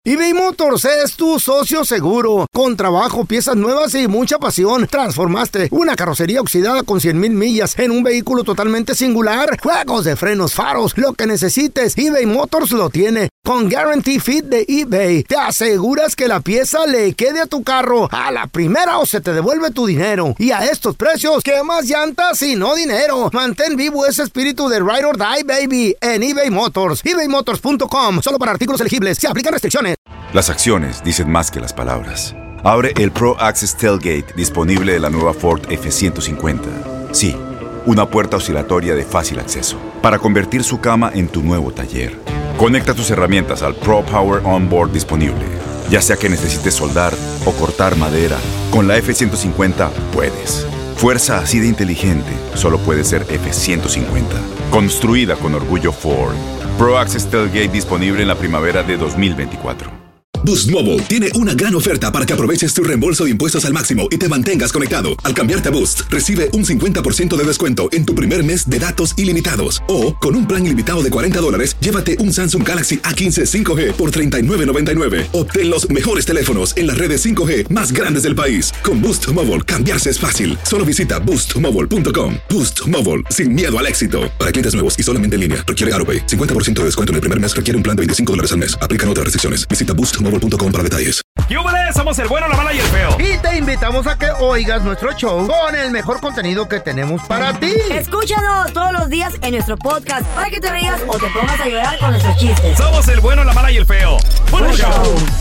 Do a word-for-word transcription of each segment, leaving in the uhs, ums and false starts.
eBay Motors es tu socio seguro. Con trabajo, piezas nuevas y mucha pasión, transformaste una carrocería oxidada con cien mil millas en un vehículo totalmente singular. Juegos de frenos, faros, lo que necesites, eBay Motors lo tiene. Con Guarantee Fit de eBay, te aseguras que la pieza le quede a tu carro a la primera o se te devuelve tu dinero. Y a estos precios, ¿qué más llantas y no dinero? Mantén vivo ese espíritu de Ride or Die, baby, en eBay Motors. eBay Motors punto com. Solo para artículos elegibles. Se aplican restricciones. Las acciones dicen más que las palabras. Abre el Pro Access Tailgate disponible de la nueva Ford F ciento cincuenta. Sí, una puerta oscilatoria de fácil acceso para convertir su cama en tu nuevo taller. Conecta tus herramientas al Pro Power Onboard disponible. Ya sea que necesites soldar o cortar madera, con la F ciento cincuenta puedes. Fuerza así de inteligente solo puede ser F ciento cincuenta. Construida con orgullo Ford. Pro Access Tailgate disponible en la primavera de dos mil veinticuatro. Boost Mobile tiene una gran oferta para que aproveches tu reembolso de impuestos al máximo y te mantengas conectado. Al cambiarte a Boost, recibe un cincuenta por ciento de descuento en tu primer mes de datos ilimitados. O, con un plan ilimitado de cuarenta dólares, llévate un Samsung Galaxy A quince cinco G por treinta y nueve noventa y nueve. Obtén los mejores teléfonos en las redes cinco G más grandes del país. Con Boost Mobile, cambiarse es fácil. Solo visita boost mobile punto com. Boost Mobile, sin miedo al éxito. Para clientes nuevos y solamente en línea, requiere AutoPay. cincuenta por ciento de descuento en el primer mes requiere un plan de veinticinco dólares al mes. Aplican otras restricciones. Visita boost mobile punto com para detalles. ¡Yúbales! Somos el bueno, la mala y el feo. Y te invitamos a que oigas nuestro show con el mejor contenido que tenemos para ti. Escúchanos todos los días en nuestro podcast para que te rías o te pongas a llorar con nuestros chistes. Somos el bueno, la mala y el feo. ¡Buen show!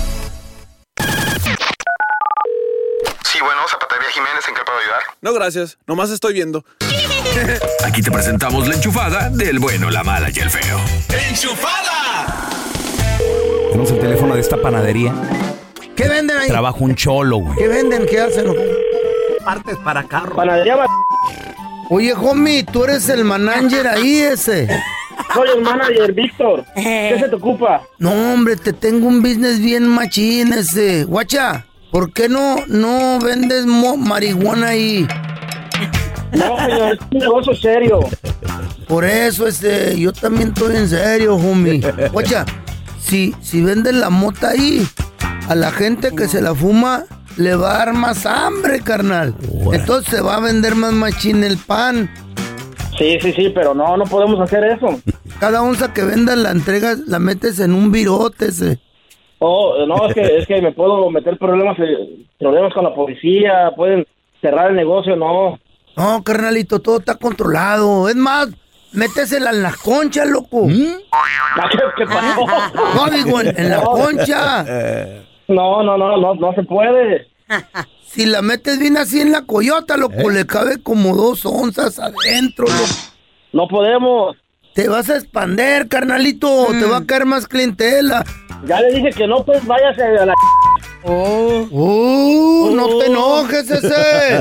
Sí, bueno, Zapatería Jiménez, ¿en qué puedo ayudar? No, gracias. Nomás estoy viendo. Aquí te presentamos la enchufada del bueno, la mala y el feo. ¡Enchufada! Tenemos el teléfono de esta panadería. ¿Qué venden ahí? Trabaja un cholo, güey. ¿Qué venden? ¿Qué hacen? Partes para carro. Panadería. Oye, homie, tú eres el manager ahí ese. Soy el manager, Víctor. ¿Qué se te ocupa? No, hombre, te tengo un business bien machín ese. Guacha, ¿por qué no, no vendes mo- marihuana ahí? No, señor, es un negocio serio. Por eso, este, yo también estoy en serio, homie. Guacha, si, si vendes la mota ahí, a la gente que se la fuma le va a dar más hambre, carnal. Entonces se va a vender más machín el pan. Sí, sí, sí, pero no, no podemos hacer eso. Cada onza que vendas la entregas, la metes en un virote ese. Oh, no, es que, es que me puedo meter problemas, eh, problemas con la policía, pueden cerrar el negocio, no. No, carnalito, todo está controlado. Es más, métesela en las conchas, loco. ¿Mm? ¿Qué, qué pasó? No, digo, en, en la concha. No, no, no, no, no se puede. Si la metes bien así en la coyota, loco, ¿Eh? le cabe como dos onzas adentro, loco. No podemos. Te vas a expander, carnalito. Mm. Te va a caer más clientela. Ya le dije que no, pues váyase a la... Oh, oh, no te enojes, ese.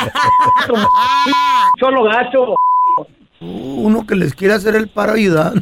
Solo gacho. Uh, uno que les quiere hacer el paro ayudando.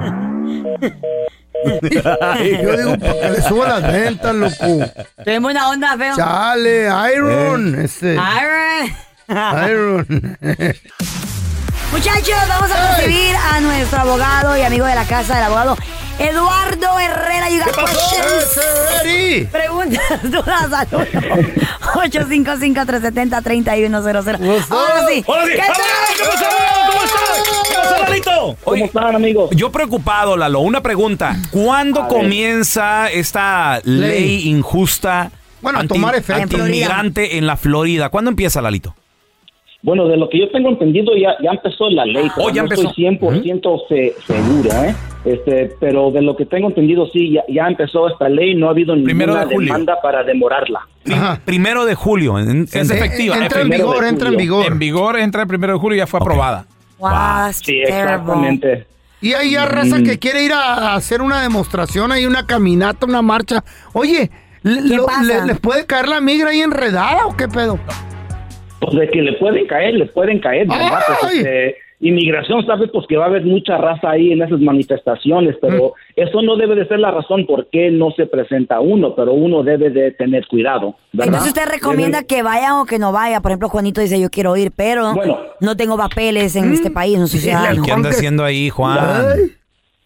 Yo digo, para que le suba las ventas, loco. Estoy en buena onda, feo. Chale, Iron. Eh. Ese. Iron. Iron. Muchachos, vamos a recibir a nuestro abogado y amigo de la casa del abogado Eduardo Herrera. ¿Qué pasó? Preguntas, dudas al ocho cinco cinco, tres siete cero, tres uno cero cero. Ahora sí. Hola, sí. ¿Qué tal? ¿Cómo estás? ¿Cómo estás? ¿Qué pasó, Lalito? ¿Cómo están, amigos? Yo preocupado, Lalo. Una pregunta. ¿Cuándo comienza esta ley, ley injusta bueno, a anti, tomar efecto anti-inmigrante en la Florida? ¿Cuándo empieza, Lalito? Bueno, de lo que yo tengo entendido ya, ya empezó la ley, pero oh, ya no empezó. estoy cien por ciento ¿Mm? se, segura, ¿eh? Este, pero de lo que tengo entendido sí, ya, ya empezó esta ley, no ha habido ninguna de demanda para demorarla. Ajá. Primero de julio, en, sí, es efectiva. Entra en vigor, entra en vigor. En vigor, entra el primero de julio y ya fue okay. aprobada. Wow, wow. Sí, exactamente. Y hay ya raza mm. que quiere ir a hacer una demostración, hay una caminata, una marcha. Oye, ¿les le, le puede caer la migra ahí enredada o qué pedo? Pues de que le pueden caer, le pueden caer, ¿verdad? Pues, este, inmigración sabe pues que va a haber mucha raza ahí en esas manifestaciones, pero mm. eso no debe de ser la razón por qué no se presenta uno, pero uno debe de tener cuidado, ¿verdad? Entonces usted recomienda debe... que vaya o que no vaya. Por ejemplo, Juanito dice yo quiero ir, pero bueno, no tengo papeles en ¿Mm? este país, no soy ciudadano. ¿Qué anda haciendo ahí, Juan? Ay.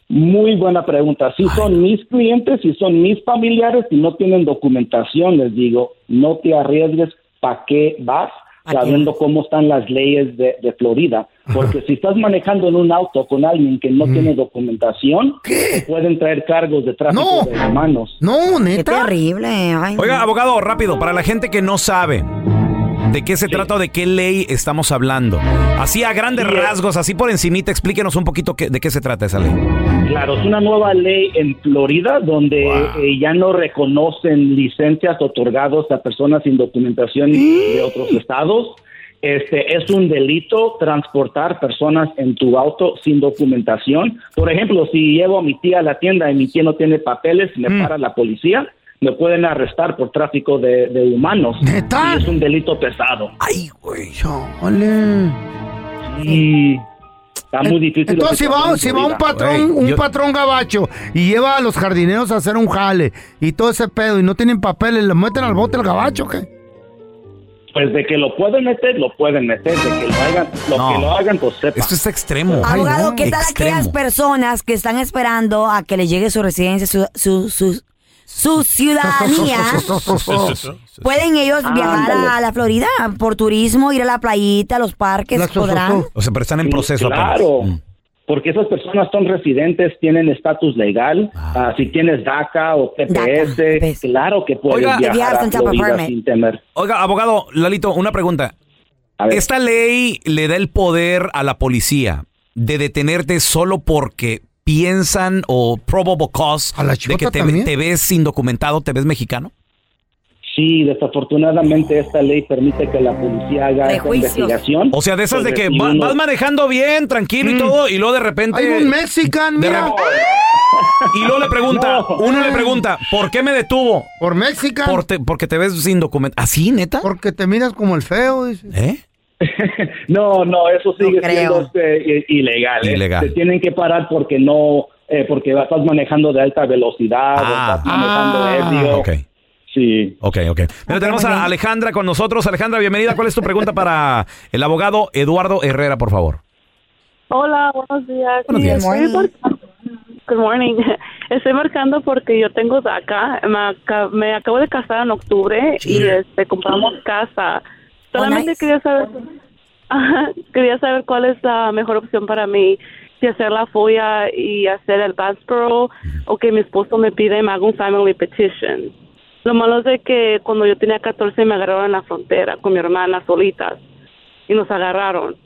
Muy buena pregunta. Si son mis clientes, si son mis familiares y no tienen documentación, les digo, no te arriesgues. ¿Para qué vas? Sabiendo cómo están las leyes de, de Florida. Porque si estás manejando en un auto con alguien que no mm. tiene documentación, te pueden traer cargos de tráfico no. de humanos. No, neta. Qué terrible. Ay, Oiga, no. abogado, rápido, para la gente que no sabe de qué se sí. trata o de qué ley estamos hablando. Así a grandes sí. rasgos, así por encimita, explíquenos un poquito qué, de qué se trata esa ley. Claro, es una nueva ley en Florida donde wow. eh, ya no reconocen licencias otorgadas a personas sin documentación de otros estados. Este es un delito transportar personas en tu auto sin documentación. Por ejemplo, si llevo a mi tía a la tienda y mi tía no tiene papeles, me mm. para la policía, me pueden arrestar por tráfico de, de humanos. ¿Neta? Y es un delito pesado. Ay, güey, ole. Y está muy difícil. Entonces, si va, si va un patrón, Güey, un yo... patrón gabacho y lleva a los jardineros a hacer un jale y todo ese pedo y no tienen papeles, ¿le meten al bote el gabacho o qué? Pues de que lo pueden meter, lo pueden meter. De que lo hagan, lo no. que lo hagan, pues sepa. Esto es extremo. Abogado, Ay, no. ¿qué tal Extremo. aquellas personas que están esperando a que les llegue su residencia, su, su, su, su ciudadanía? ¿Pueden ellos viajar Ándale. a la Florida por turismo, ir a la playita, a los parques? La ¿Podrán? O sea, pero están en proceso Claro. apenas. Mm. Porque esas personas son residentes, tienen estatus legal. Ah. Uh, si tienes DACA o T P S, DACA, claro que puedes Oiga, viajar a Florida sin temer. Oiga, abogado, Lalito, una pregunta. Esta ley le da el poder a la policía de detenerte solo porque piensan o probable cause de que te, te ves indocumentado, te ves mexicano. Sí, desafortunadamente esta ley permite que la policía haga esta investigación. O sea, de esas de que si va, uno... vas manejando bien, tranquilo mm. y todo, y luego de repente... Hay un mexicano, mira. Re... Y luego le pregunta, no. uno le pregunta, ¿por qué me detuvo? Por mexicano. Por te, porque te ves sin documento. ¿Así, neta? Porque te miras como el feo, dice. ¿Eh? no, no, eso sigue no siendo este, ilegal. Ilegal. ¿eh? Te tienen que parar porque no, eh, porque estás manejando de alta velocidad, ah. o estás manejando ah. ebrio. Okay. Sí. Ok, ok. Pero okay, tenemos a Alejandra con nosotros. Alejandra, bienvenida. ¿Cuál es tu pregunta para el abogado Eduardo Herrera, por favor? Hola, buenos días. Buenos días. Sí, estoy marcando, good morning. Estoy marcando porque yo tengo DACA. Me, me acabo de casar en octubre sí. y este compramos casa. Solamente oh, nice. quería saber quería saber cuál es la mejor opción para mí. Si hacer la folla y hacer el Bansboro o que mi esposo me pide y me haga un family petition. Lo malo es de que cuando yo tenía catorce me agarraron en la frontera con mi hermana solitas y nos agarraron.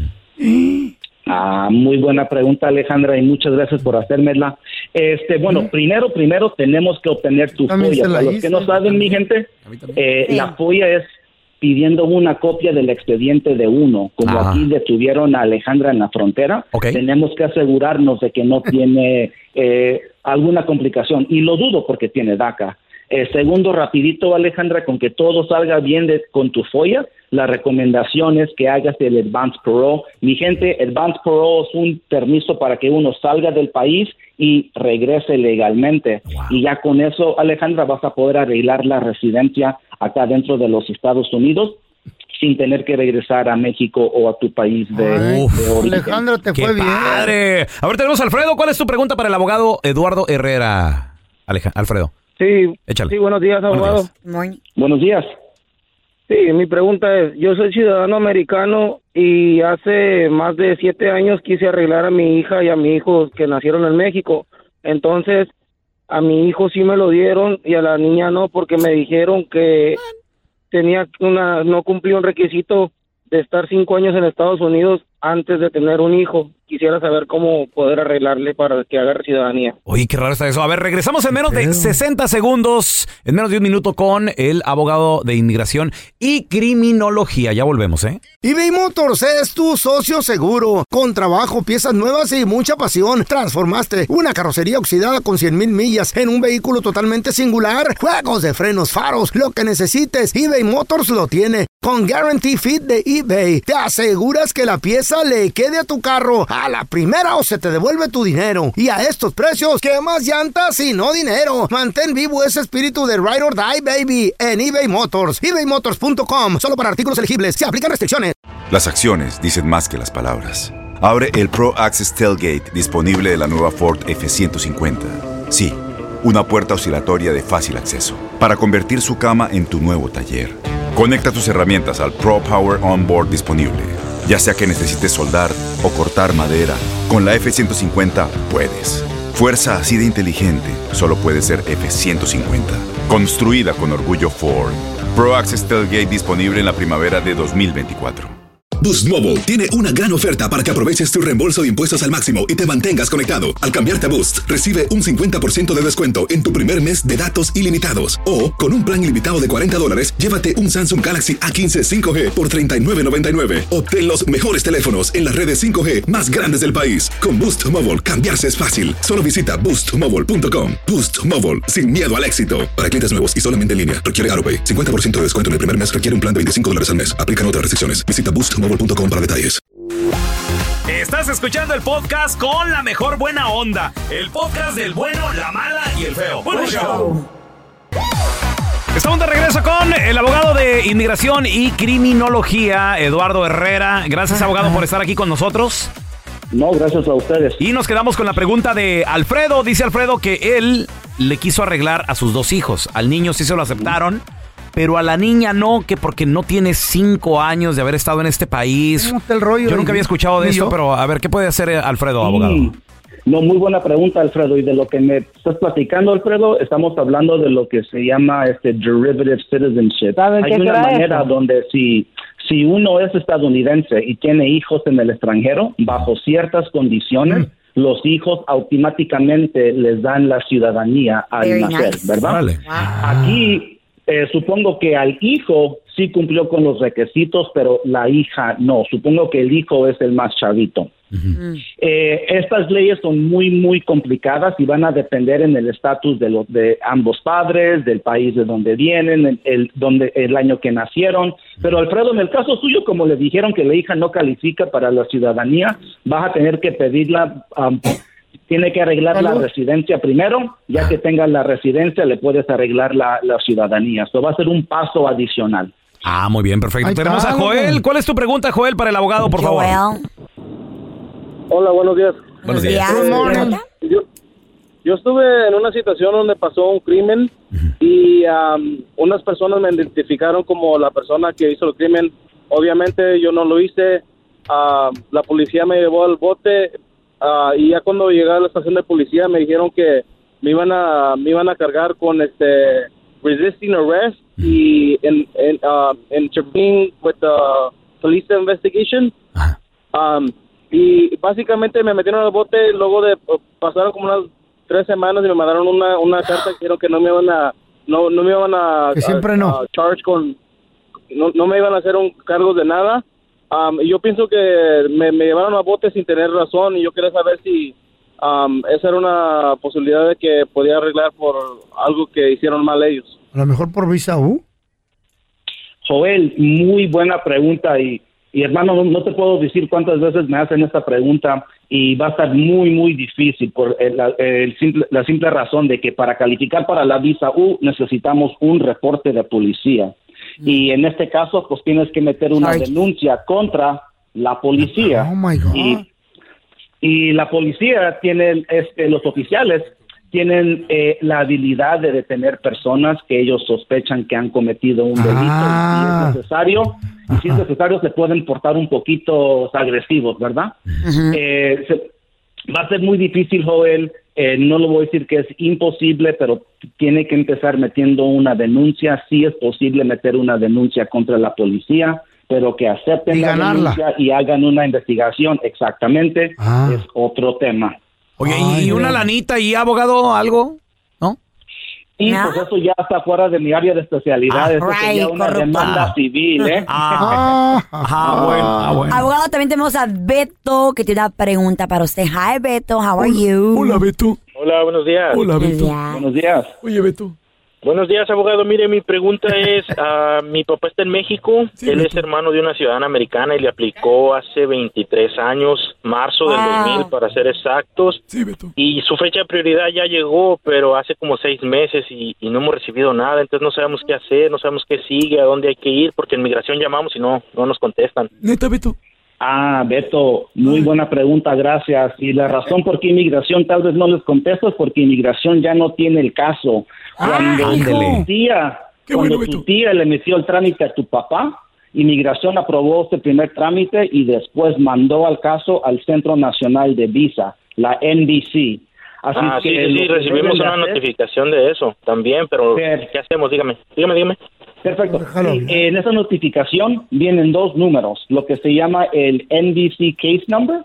Ah, muy buena pregunta, Alejandra, y muchas gracias por hacérmela. Este, bueno, ¿Mm? primero, primero tenemos que obtener tu folla. Para los que no saben, mi gente, eh, sí. la folla es pidiendo una copia del expediente de uno. Como ah. aquí detuvieron a Alejandra en la frontera, okay. tenemos que asegurarnos de que no tiene eh, alguna complicación. Y lo dudo porque tiene DACA. Eh, segundo, rapidito, Alejandra, con que todo salga bien de, con tu folla, la recomendación es que hagas el Advance Parole. Mi gente, Advance Parole es un permiso para que uno salga del país y regrese legalmente. Wow. Y ya con eso, Alejandra, vas a poder arreglar la residencia acá dentro de los Estados Unidos sin tener que regresar a México o a tu país de, Ay, de origen. Alejandra, te fue bien. Padre. A ver, tenemos a Alfredo. ¿Cuál es tu pregunta para el abogado Eduardo Herrera? Aleja, Alfredo. Sí, Échale. sí, buenos días, abogado. Buenos días. Buenos días. Sí, mi pregunta es, yo soy ciudadano americano y hace más de siete años quise arreglar a mi hija y a mi hijo que nacieron en México. Entonces, a mi hijo sí me lo dieron y a la niña no, porque me dijeron que tenía una, no cumplía un requisito de estar cinco años en Estados Unidos antes de tener un hijo. Quisiera saber cómo poder arreglarle para que haga ciudadanía. Oye, qué raro está eso. A ver, regresamos en menos de sesenta segundos, en menos de un minuto con el abogado de inmigración y criminología. Ya volvemos, ¿eh? eBay Motors es tu socio seguro. Con trabajo, piezas nuevas y mucha pasión, transformaste una carrocería oxidada con cien mil millas en un vehículo totalmente singular. Juegos de frenos, faros, lo que necesites, eBay Motors lo tiene. Con Guarantee Fit de eBay, te aseguras que la pieza le quede a tu carro a la primera o se te devuelve tu dinero. Y a estos precios, ¿qué más llantas y no dinero? Mantén vivo ese espíritu de Ride or Die, baby, en eBay Motors. eBay Motors punto com. Solo para artículos elegibles. Se aplican restricciones. Las acciones dicen más que las palabras. Abre el Pro Access Tailgate disponible de la nueva Ford F ciento cincuenta. Sí, una puerta oscilatoria de fácil acceso para convertir su cama en tu nuevo taller. Conecta tus herramientas al Pro Power Onboard disponible. Ya sea que necesites soldar o cortar madera, con la F ciento cincuenta puedes. Fuerza así de inteligente solo puede ser F ciento cincuenta. Construida con orgullo Ford. Pro Access Tailgate disponible en la primavera de dos mil veinticuatro. Boost Mobile tiene una gran oferta para que aproveches tu reembolso de impuestos al máximo y te mantengas conectado. Al cambiarte a Boost, recibe un cincuenta por ciento de descuento en tu primer mes de datos ilimitados. O, con un plan ilimitado de cuarenta dólares, llévate un Samsung Galaxy A quince cinco G por treinta y nueve noventa y nueve. Obtén los mejores teléfonos en las redes cinco G más grandes del país. Con Boost Mobile, cambiarse es fácil. Solo visita boost mobile punto com. Boost Mobile, sin miedo al éxito. Para clientes nuevos y solamente en línea, requiere AutoPay. cincuenta por ciento de descuento en el primer mes requiere un plan de veinticinco dólares al mes. Aplican otras restricciones. Visita boost mobile punto com para detalles. Estás escuchando el podcast con la mejor buena onda. El podcast del bueno, la mala y el feo. Bueno show. Estamos de regreso con el abogado de inmigración y criminología, Eduardo Herrera. Gracias, abogado, por estar aquí con nosotros. No, gracias a ustedes. Y nos quedamos con la pregunta de Alfredo. Dice Alfredo que él le quiso arreglar a sus dos hijos. Al niño sí se lo aceptaron, pero a la niña no, que porque no tiene cinco años de haber estado en este país. ¿Cómo está el rollo? Yo nunca había escuchado de esto, yo? pero a ver, ¿qué puede hacer Alfredo, abogado? Sí. No, muy buena pregunta, Alfredo. Y de lo que me estás platicando, Alfredo, estamos hablando de lo que se llama este derivative citizenship. Hay una manera eso? donde si, si uno es estadounidense y tiene hijos en el extranjero, bajo ciertas condiciones, mm. los hijos automáticamente les dan la ciudadanía al Very nacer, nice. ¿verdad? Vale. Wow. Aquí... Eh, supongo que al hijo sí cumplió con los requisitos, pero la hija no. Supongo que el hijo es el más chavito. Uh-huh. Eh, estas leyes son muy, muy complicadas y van a depender en el estatus de los de ambos padres, del país de donde vienen, el, el, donde, el año que nacieron. Pero Alfredo, en el caso suyo, como le dijeron que la hija no califica para la ciudadanía, vas a tener que pedirla... Um, Tiene que arreglar ¿Salud? la residencia primero, ya que tenga la residencia le puedes arreglar la, la ciudadanía. Esto va a ser un paso adicional. Ah, muy bien, perfecto. Ahí Tenemos está, a Joel. ¿Cuál es tu pregunta, Joel, para el abogado, por favor? Joel. Hola, buenos días. Buenos días. Yo, yo estuve en una situación donde pasó un crimen y um, unas personas me identificaron como la persona que hizo el crimen. Obviamente yo no lo hice. Uh, la policía me llevó al bote. Uh, y ya cuando llegué a la estación de policía me dijeron que me iban a me iban a cargar con este resisting arrest y en en uh, intervening with the police investigation. Um, y básicamente me metieron al bote. Luego de uh, pasaron como unas tres semanas y me mandaron una una carta que dijeron que no me iban a no no me iban a, que siempre a, no a charge con no no me iban a hacer un cargo de nada. Um, yo pienso que me, me llevaron a bote sin tener razón y yo quería saber si um, esa era una posibilidad de que podía arreglar por algo que hicieron mal ellos. A lo mejor por visa U. Joel, muy buena pregunta y, y hermano, no, no te puedo decir cuántas veces me hacen esta pregunta y va a estar muy, muy difícil por el, el simple, la simple razón de que para calificar para la visa U necesitamos un reporte de policía. Y en este caso, pues tienes que meter una Sorry. denuncia contra la policía. Oh my God. Y, y la policía tiene, este, los oficiales tienen eh, la habilidad de detener personas que ellos sospechan que han cometido un delito. Ah. Y si es necesario, y si es necesario, se pueden portar un poquito agresivos, ¿verdad? Uh-huh. eh, se, va a ser muy difícil, Joel. Eh, no lo voy a decir que es imposible, pero tiene que empezar metiendo una denuncia. Sí es posible meter una denuncia contra la policía, pero que acepten y la ganarla. denuncia y hagan una investigación exactamente ah. es otro tema. Oye, Ay, ¿y una lanita y abogado algo? ¿No? Y ¿No? pues eso ya está fuera de mi área de especialidad. Ah, eso right, sería una corrupta. demanda civil, ¿eh? Ah, ah, bueno, ah, bueno. Abogado, también tenemos a Beto, que tiene una pregunta para usted. Hi, Beto, how are you? Hola, Beto. Hola, buenos días. Hola, Beto. Buenos días. Oye, Beto. Buenos días, abogado. Mire, mi pregunta es, uh, mi papá está en México, sí, él Beto. es hermano de una ciudadana americana y le aplicó hace veintitrés años, marzo del wow. dos mil para ser exactos, sí, Beto. Y su fecha de prioridad ya llegó, pero hace como seis meses y, y no hemos recibido nada, entonces no sabemos qué hacer, no sabemos qué sigue, a dónde hay que ir, porque en migración llamamos y no, no nos contestan. Neta, Beto. Ah, Beto, muy buena pregunta, gracias. Y la razón por qué inmigración tal vez no les contesto es porque inmigración ya no tiene el caso. Cuando Ah, tu tía, cuando bueno, tu tía le metió el trámite a tu papá, inmigración aprobó este primer trámite y después mandó al caso al Centro Nacional de Visa, la N V C. Así Ah, que sí, sí, lo sí, que recibimos deben de una hacer- notificación de eso también, pero ¿qué hacemos? Dígame, dígame, dígame. Perfecto. Sí, en esa notificación vienen dos números, lo que se llama el N V C Case Number,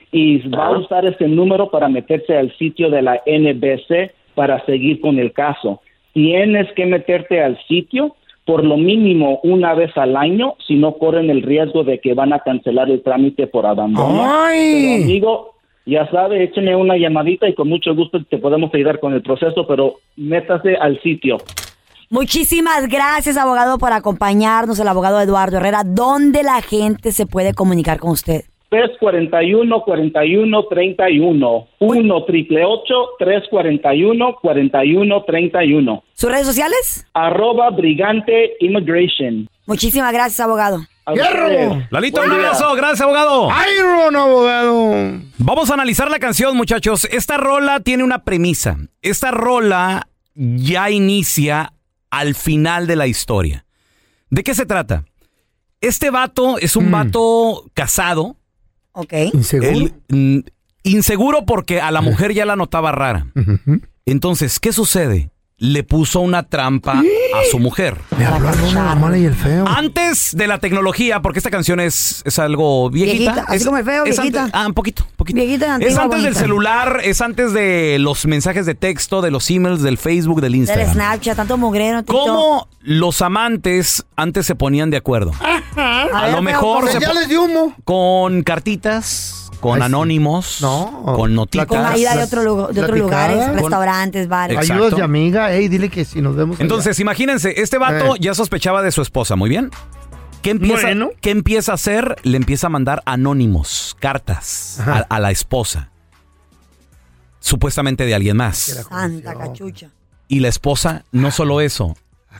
y va a usar ese número para meterse al sitio de la N B C para seguir con el caso. Tienes que meterte al sitio por lo mínimo una vez al año, si no corren el riesgo de que van a cancelar el trámite por abandono. Pero, amigo, ya sabe, écheme una llamadita y con mucho gusto te podemos ayudar con el proceso, pero métase al sitio. Muchísimas gracias, abogado, por acompañarnos, el abogado Eduardo Herrera. ¿Dónde la gente se puede comunicar con usted? tres cuatro uno, cuatro uno, tres uno. uno triple ocho, tres cuatro uno, cuatro uno, tres uno. ¿Sus redes sociales? Arroba Brigante Immigration. Muchísimas gracias, abogado. ¡Hierro! Lalito, un abrazo. Gracias, abogado. ¡Iron, abogado! Vamos a analizar la canción, muchachos. Esta rola tiene una premisa. Esta rola ya inicia al final de la historia. ¿De qué se trata? Este vato es un vato casado. Ok. ¿Inseguro? Él, mm, inseguro porque a la mujer ya la notaba rara. Entonces, ¿qué sucede? Le puso una trampa a su mujer. Le habló al bueno, la mala y el feo. Antes de la tecnología, porque esta canción es, es algo viejita. Viejita, así es, como el feo, es viejita. antes- ah, un poquito, poquito. Viejita, antigua, Es antes del bonita. celular, es antes de los mensajes de texto, de los emails, del Facebook, del Del Instagram. Snapchat, tanto mugrero, TikTok. ¿Cómo los amantes antes se ponían de acuerdo? A, A ver, lo feo, mejor ¿cómo? se po- de humo. con cartitas, con anónimos, con notitas. Con ayuda de, otro lugar, de otros lugares, Con- restaurantes, bares. Exacto. Ayudas de amiga, ey, dile que si nos vemos allá. Entonces, imagínense, este vato Eh. ya sospechaba de su esposa, muy bien. ¿Qué empieza, Bueno. ¿Qué empieza a hacer? Le empieza a mandar anónimos, cartas a, a la esposa. Supuestamente de alguien más. Santa cachucha. Y la esposa, no solo eso,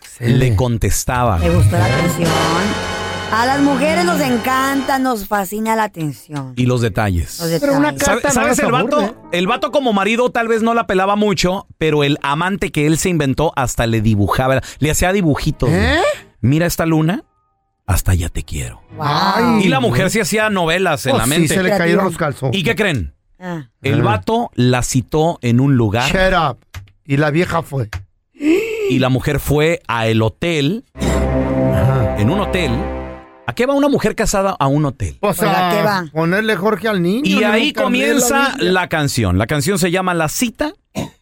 le contestaba. Me gustó la atención. A las mujeres nos encanta, nos fascina la atención. Y los detalles. Los detalles. Pero una ¿Sabe- carta no ¿Sabes las el aburre. vato? El vato como marido tal vez no la pelaba mucho, pero el amante que él se inventó hasta le dibujaba, le hacía dibujitos. güey. ¿Eh? Mira esta luna, hasta ya te quiero. Ay, Y la mujer sí hacía novelas en Pues la sí, mente. se le cayeron los calzones. ¿Y qué creen? Ah. El vato la citó en un lugar. Shut up. Y la vieja fue. Y la mujer fue a el hotel. En un hotel. ¿A qué va una mujer casada a un hotel? O sea, ponerle Jorge al niño. Y le ahí nunca comienza lee la Biblia. la canción. La canción se llama La Cita.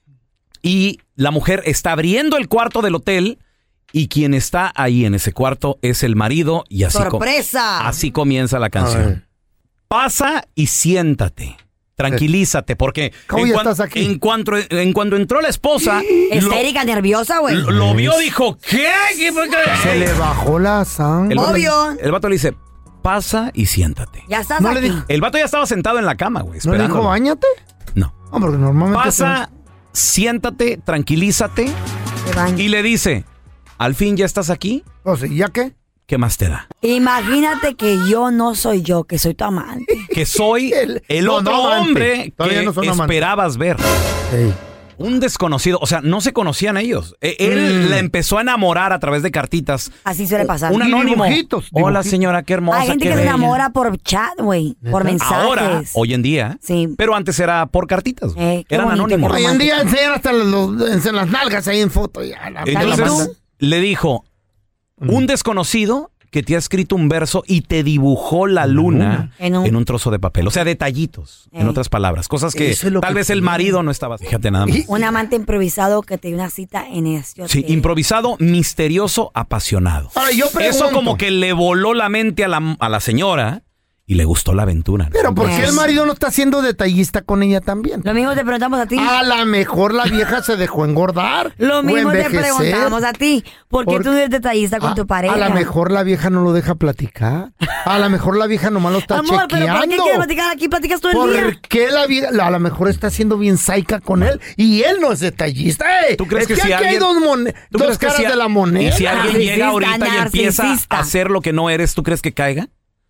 Y la mujer está abriendo el cuarto del hotel. Y quien está ahí en ese cuarto es el marido. Y así, co- ¡Sorpresa! así comienza la canción. Pasa y siéntate. Tranquilízate, porque ¿Cómo en, ya cuan- estás aquí? en cuanto, en cuanto entró la esposa, lo, Histérica, nerviosa, güey. lo- lo vio, dijo, ¿qué? ¿Qué fue que-?" Se le bajó la sangre. El vato, Obvio. el vato le dice, pasa y siéntate. Ya estás No aquí. le dijo- El vato ya estaba sentado en la cama, güey, ¿No le esperando. dijo bañate? No. No, porque normalmente... Pasa, siéntate, tranquilízate. Se baña. Y le dice, ¿al fin ya estás aquí? O sea, ¿ya qué? ¿Qué más te da? Imagínate que yo no soy yo, que soy tu amante. Que soy el, no, otro no amante. hombre Todavía que no son amantes. esperabas ver. Ey. Un desconocido, o sea, no se conocían ellos. E- Él Mm. la empezó a enamorar a través de cartitas. Así suele pasar. Un Y anónimo. dibujitos, Hola, dibujitos. señora, qué hermosa, Hay gente qué que se bella. enamora por chat, güey, por mensajes. Ahora, hoy en día. Sí. Pero antes era por cartitas. Eh, qué Eran bonito, anónimos. qué Hoy en día enseñan hasta los, en las nalgas ahí en foto. Ya, la- Entonces le dijo, un desconocido que te ha escrito un verso y te dibujó la luna En en un- un, trozo de papel. O sea, detallitos, en Eh. otras palabras. Cosas que Eso es lo tal que vez el quiero. marido no estaba. Fíjate nada más. Un amante improvisado que te dio una cita en este Sí, hotel. improvisado, misterioso, apasionado. Ahora, yo pregunto. Eso como que le voló la mente a la, a la señora y le gustó la aventura. Pero ¿por qué Pues- el marido no está siendo detallista con ella también? Lo mismo te preguntamos a ti. A lo mejor la vieja se dejó engordar. Lo o mismo te envejecer. preguntamos a ti. ¿Por qué Por- tú eres detallista con A- tu pareja? A lo mejor la vieja no lo deja platicar. A lo mejor la vieja nomás lo está Amor, pero chequeando. ¿por qué quieres platicar aquí? Platicas todo el ¿Por día. qué la vieja? A lo mejor está siendo bien saica con él y él no es detallista. ¡Ey! ¿Tú crees es que que, si aquí alguien- hay dos, mone- ¿Tú dos crees que caras si a- de la moneda? Y si alguien Narcisista, llega ahorita y empieza narcisista. a hacer lo que no eres, ¿tú crees que caiga?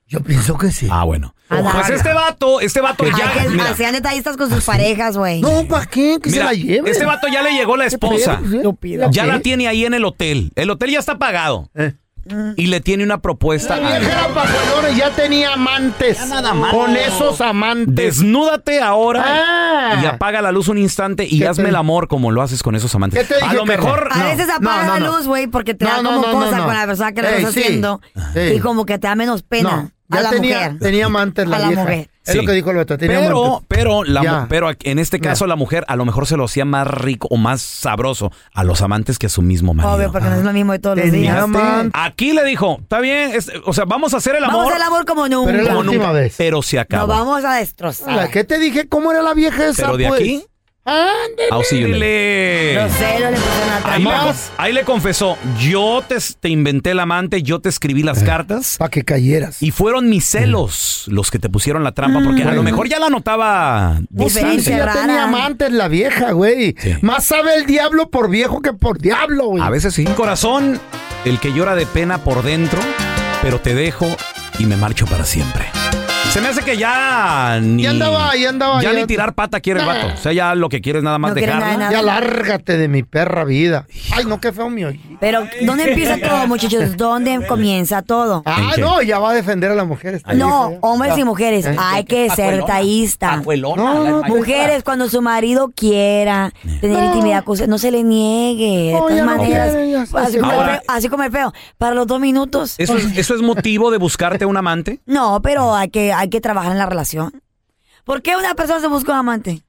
Yo pienso que sí. Ah, bueno. Ah, Pues este vato, este vato Ay, ya... que mira, sean detallistas con sus parejas, güey. No, ¿para qué? Que mira, se la lleve. este vato ya le llegó la esposa. Ya la tiene ahí en el hotel. El hotel ya está pagado. Eh. Y le tiene una propuesta. La vieja era pajuelona, ya tenía amantes. Ya nada más. Con esos amantes. Desnúdate ahora Ah. y apaga la luz un instante y ¿Qué hazme te- el amor como lo haces con esos amantes. ¿Qué te A dije, lo mejor... A veces apaga no, no, la no. luz, güey, porque te No, da no, como no, no, cosa no. con la persona que lo Ey, estás sí. haciendo. Sí. Y como que te da menos pena No, a ya la tenía, mujer. tenía amantes la A la vieja. mujer. Es Sí. lo que dijo el Beto. Tenía Pero, amantes. pero, la, Ya. mu- pero en este caso Ya. la mujer a lo mejor se lo hacía más rico o más sabroso a los amantes que a su mismo marido. Obvio, porque no es lo mismo de todos los Tenía días. amantes. Aquí le dijo, está bien, es- o sea, vamos a hacer el amor. Vamos al amor como nunca. Pero es la como última nunca, vez. pero se acabó. Nos vamos a destrozar. ¿Qué te dije? ¿Cómo era la vieja esa, Pero de pues? aquí, Ándale. auxíliale. Los celos le pusieron a Ahí le, trampa. con- ahí le confesó, yo te, te inventé el amante, yo te escribí las cartas Para que cayeras. y fueron mis celos los que te pusieron la trampa, porque a lo mejor ya la notaba Diferente, distante. Ya rara. tenía amantes la vieja, güey. Sí. Más sabe el diablo por viejo que por diablo, güey. A veces sí. Corazón, el que llora de pena por dentro, pero te dejo y me marcho para siempre. Se me hace que ya ni... Ya andaba, ya andaba. Ya ni tirar pata quiere el Nah. vato. O sea, ya lo que quiere es nada más No quiere dejarla. nada, Ya lárgate de mi perra vida. Ay, no, qué feo mi oído. Pero, ¿dónde empieza todo, muchachos? ¿Dónde comienza todo? Ah, qué? no, ya va a defender a la mujer. esta No, vieja, ya. hombres Ya. y mujeres, Eh. hay que ser detallista. No, Mujeres, cuando su marido quiera tener No. intimidad con usted, no se le niegue. No, de ya todas no maneras, quiere, ya está así, como el Ahora- feo, así como el feo, para los dos minutos. ¿Eso es, ¿Eso es motivo de buscarte un amante? No, pero hay que, hay que trabajar en la relación. ¿Por qué una persona se busca un amante?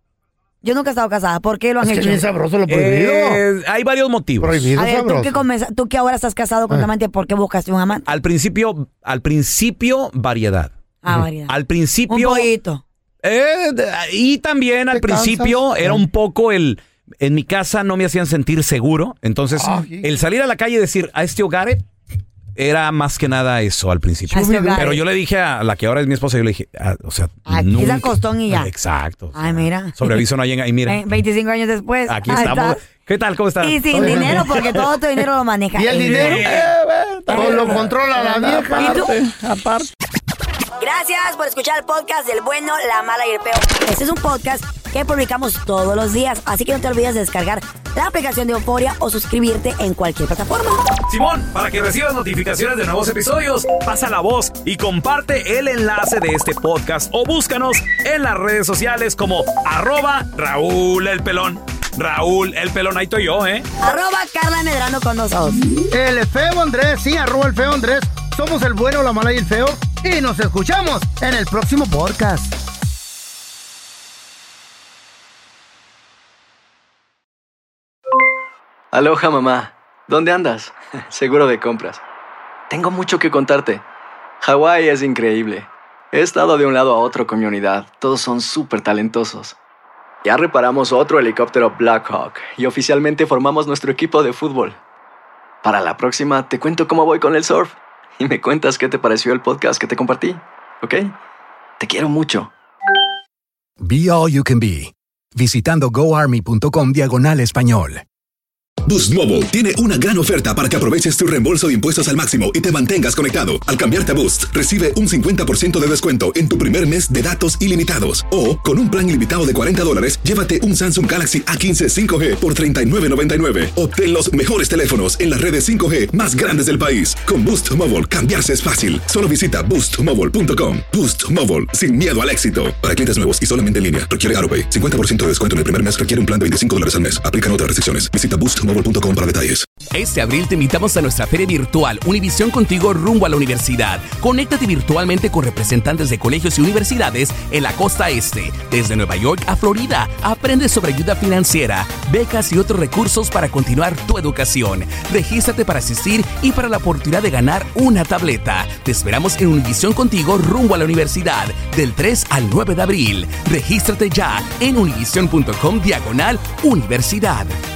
Yo nunca he estado casada. ¿Por qué lo han Es que hecho? es bien sabroso lo prohibido. Eh, hay varios motivos. Prohibido A ver, ¿tú sabroso. que, comenza- tú que ahora estás casado con un amante, ¿por qué buscaste un amante? Al principio, al principio, variedad. Ah, variedad. Al Un principio... pollito. Eh, de- y también al ¿Te principio cansas? era Ah. un poco el... En mi casa no me hacían sentir seguro. Entonces, Ah, sí. el salir a la calle y decir, a este hogar era más que nada eso al principio. A este hogar. Pero yo le dije a la que ahora es mi esposa, yo le dije, ah, o sea, Aquí nunca- es al costón y ya. Exacto. Ay, mira. Sobre aviso no llega. Y mira, Ve- veinticinco años después. aquí ahí estamos. está. ¿Qué tal? ¿Cómo estás? Y sin dinero, porque todo tu dinero lo maneja. ¿Y el él. dinero? Eh, todo lo controla la vieja. ¿Y tú? Aparte. Gracias por escuchar el podcast del bueno, la mala y el peor. Este es un podcast que publicamos todos los días, así que no te olvides de descargar la aplicación de Euforia o suscribirte en cualquier plataforma. Simón, para que recibas notificaciones de nuevos episodios, pasa la voz y comparte el enlace de este podcast o búscanos en las redes sociales como arroba Raúl el Pelón. Raúl el Pelón, ahí estoy yo, ¿eh? Arroba Carla Medrano con nosotros. El feo Andrés, sí, arroba el feo Andrés. Somos el bueno, la mala y el feo. Y nos escuchamos en el próximo podcast. Aloha, mamá. ¿Dónde andas? Seguro de compras. Tengo mucho que contarte. Hawái es increíble. He estado de un lado a otro con mi unidad. Todos son súper talentosos. Ya reparamos otro helicóptero Blackhawk y oficialmente formamos nuestro equipo de fútbol. Para la próxima te cuento cómo voy con el surf y me cuentas qué te pareció el podcast que te compartí, ¿ok? Te quiero mucho. Be All You Can Be, visitando goarmy.com diagonal español. Boost Mobile tiene una gran oferta para que aproveches tu reembolso de impuestos al máximo y te mantengas conectado. Al cambiarte a Boost, recibe un cincuenta por ciento de descuento en tu primer mes de datos ilimitados. O, con un plan ilimitado de cuarenta dólares, llévate un Samsung Galaxy A quince cinco G por treinta y nueve noventa y nueve. Obtén los mejores teléfonos en las redes cinco G más grandes del país. Con Boost Mobile, cambiarse es fácil. Solo visita boost mobile punto com. Boost Mobile, sin miedo al éxito. Para clientes nuevos y solamente en línea, requiere AutoPay. cincuenta por ciento de descuento en el primer mes requiere un plan de veinticinco dólares al mes. Aplican otras restricciones. Visita boost mobile punto com para detalles. Este abril te invitamos a nuestra feria virtual Univisión Contigo rumbo a la universidad. Conéctate virtualmente con representantes de colegios y universidades en la costa este. Desde Nueva York a Florida, aprende sobre ayuda financiera, becas y otros recursos para continuar tu educación. Regístrate para asistir y para la oportunidad de ganar una tableta. Te esperamos en Univisión Contigo rumbo a la universidad del tres al nueve de abril. Regístrate ya en univision punto com diagonal universidad.